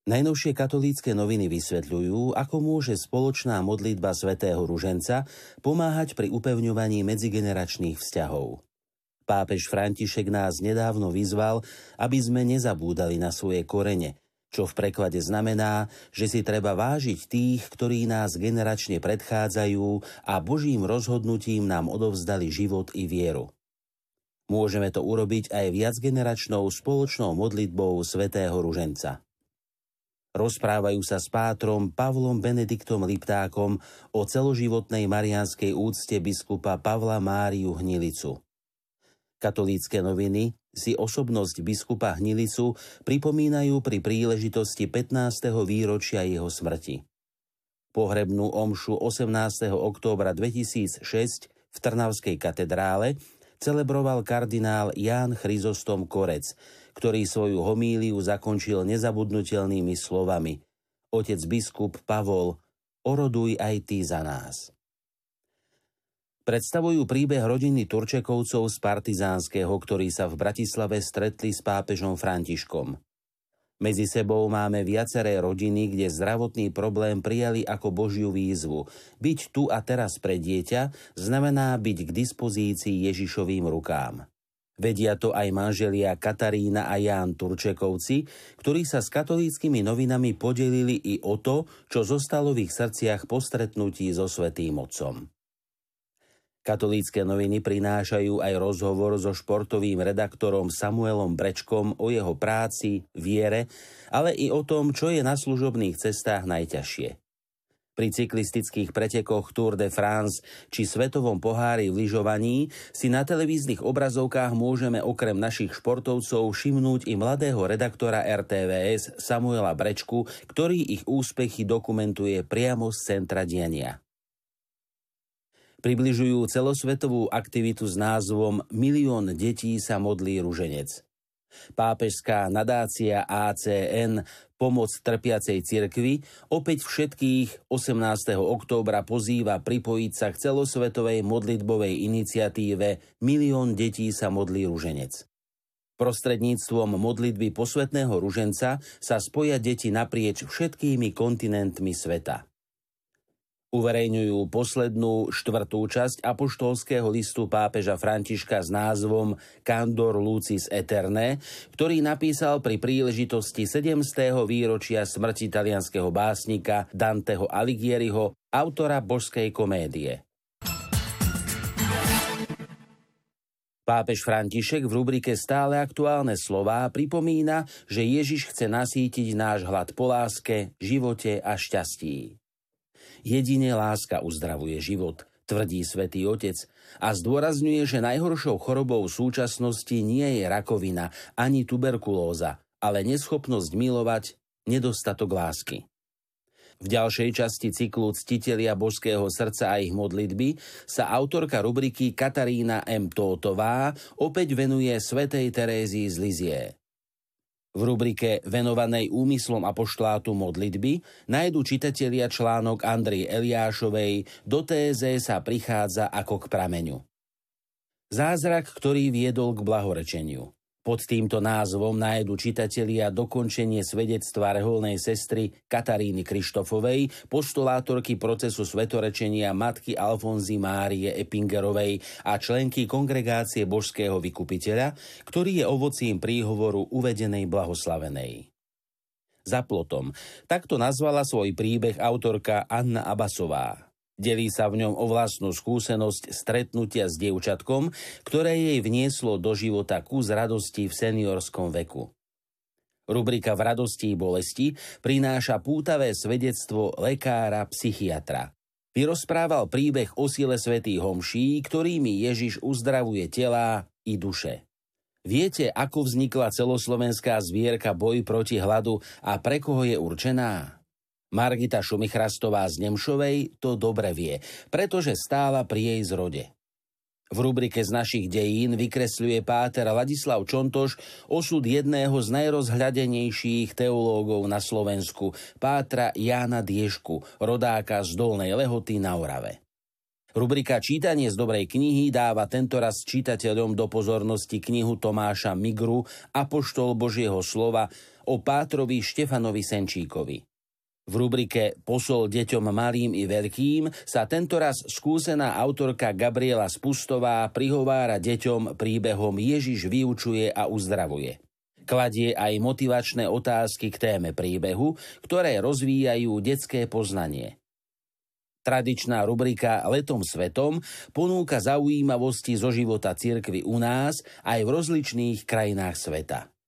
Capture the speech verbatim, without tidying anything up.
Najnovšie katolícke noviny vysvetľujú, ako môže spoločná modlitba svätého Ruženca pomáhať pri upevňovaní medzigeneračných vzťahov. Pápež František nás nedávno vyzval, aby sme nezabúdali na svoje korene, čo v preklade znamená, že si treba vážiť tých, ktorí nás generačne predchádzajú a Božím rozhodnutím nám odovzdali život i vieru. Môžeme to urobiť aj viacgeneračnou spoločnou modlitbou svätého Ruženca. Rozprávajú sa s pátrom Pavlom Benediktom Liptákom o celoživotnej mariánskej úcte biskupa Pavla Máriu Hnilicu. Katolícke noviny si osobnosť biskupa Hnilicu pripomínajú pri príležitosti pätnásteho výročia jeho smrti. Pohrebnú omšu osemnásteho októbra dvetisícšesť v Trnavskej katedrále celebroval kardinál Ján Chryzostom Korec, ktorý svoju homíliu zakončil nezabudnutelnými slovami: Otec biskup Pavol, oroduj aj ty za nás. Predstavujú príbeh rodiny Turčekovcov z Partizánskeho, ktorí sa v Bratislave stretli s pápežom Františkom. Medzi sebou máme viaceré rodiny, kde zdravotný problém prijali ako Božiu výzvu. Byť tu a teraz pre dieťa znamená byť k dispozícii Ježišovým rukám. Vedia to aj manželia Katarína a Ján Turčekovci, ktorí sa s katolíckymi novinami podelili i o to, čo zostalo v ich srdciach po stretnutí so Svätým Otcom. Katolícke noviny prinášajú aj rozhovor so športovým redaktorom Samuelom Brečkom o jeho práci, viere, ale i o tom, čo je na služobných cestách najťažšie. Pri cyklistických pretekoch Tour de France či svetovom pohári v lyžovaní si na televíznych obrazovkách môžeme okrem našich športovcov všimnúť i mladého redaktora er té vé es Samuela Brečku, ktorý ich úspechy dokumentuje priamo z centra diania. Približujú celosvetovú aktivitu s názvom Milión detí sa modlí ruženec. Pápežská nadácia á cé en Pomoc trpiacej cirkvi opäť všetkých osemnásteho októbra pozýva pripojiť sa k celosvetovej modlitbovej iniciatíve Milión detí sa modlí ruženec. Prostredníctvom modlitby posvätného ruženca sa spoja deti naprieč všetkými kontinentmi sveta. Uverejňujú poslednú štvrtú časť apoštolského listu pápeža Františka s názvom Candor Lucis Aeternae, ktorý napísal pri príležitosti sedemstého výročia smrti talianskeho básnika Danteho Alighieriho, autora Božskej komédie. Pápež František v rubrike Stále aktuálne slová pripomína, že Ježiš chce nasýtiť náš hlad po láske, živote a šťastí. Jedine láska uzdravuje život, tvrdí Svätý Otec a zdôrazňuje, že najhoršou chorobou v súčasnosti nie je rakovina ani tuberkulóza, ale neschopnosť milovať, nedostatok lásky. V ďalšej časti cyklu Ctitelia Božského srdca a ich modlitby sa autorka rubriky Katarína M. Tótová opäť venuje svätej Terézii z Lizie. V rubrike venovanej úmyslom apoštolátu modlitby nájdu čitatelia článok Andrii Eliášovej Do téze sa prichádza ako k prameňu. Zázrak, ktorý viedol k blahorečeniu. Pod týmto názvom nájdu čitatelia dokončenie svedectva reholnej sestry Kataríny Krištofovej, postulátorky procesu svetorečenia matky Alfonzy Márie Epingerovej a členky Kongregácie Božského vykupiteľa, ktorý je ovocím príhovoru uvedenej blahoslavenej. Za plotom takto nazvala svoj príbeh autorka Anna Abasová. Delí sa v ňom o vlastnú skúsenosť stretnutia s dievčatkom, ktoré jej vnieslo do života kus radosti v seniorskom veku. Rubrika V radosti i bolesti prináša pútavé svedectvo lekára psychiatra. Vyrozprával príbeh o sile svätých homší, ktorými Ježiš uzdravuje telá i duše. Viete, ako vznikla celoslovenská zbierka Boj proti hladu a pre koho je určená? Margita Šumichrastová z Nemšovej to dobre vie, pretože stála pri jej zrode. V rubrike Z našich dejín vykresľuje páter Ladislav Čontoš osud jedného z najrozhľadenejších teológov na Slovensku, pátra Jána Diešku, rodáka z Dolnej Lehoty na Orave. Rubrika Čítanie z dobrej knihy dáva tentoraz čitateľom do pozornosti knihu Tomáša Migru Apoštol Božieho slova o pátrovi Štefanovi Senčíkovi. V rubrike Posol deťom malým i veľkým sa tentoraz skúsená autorka Gabriela Spustová prihovára deťom príbehom Ježiš vyučuje a uzdravuje. Kladie aj motivačné otázky k téme príbehu, ktoré rozvíjajú detské poznanie. Tradičná rubrika Letom svetom ponúka zaujímavosti zo života cirkvi u nás aj v rozličných krajinách sveta.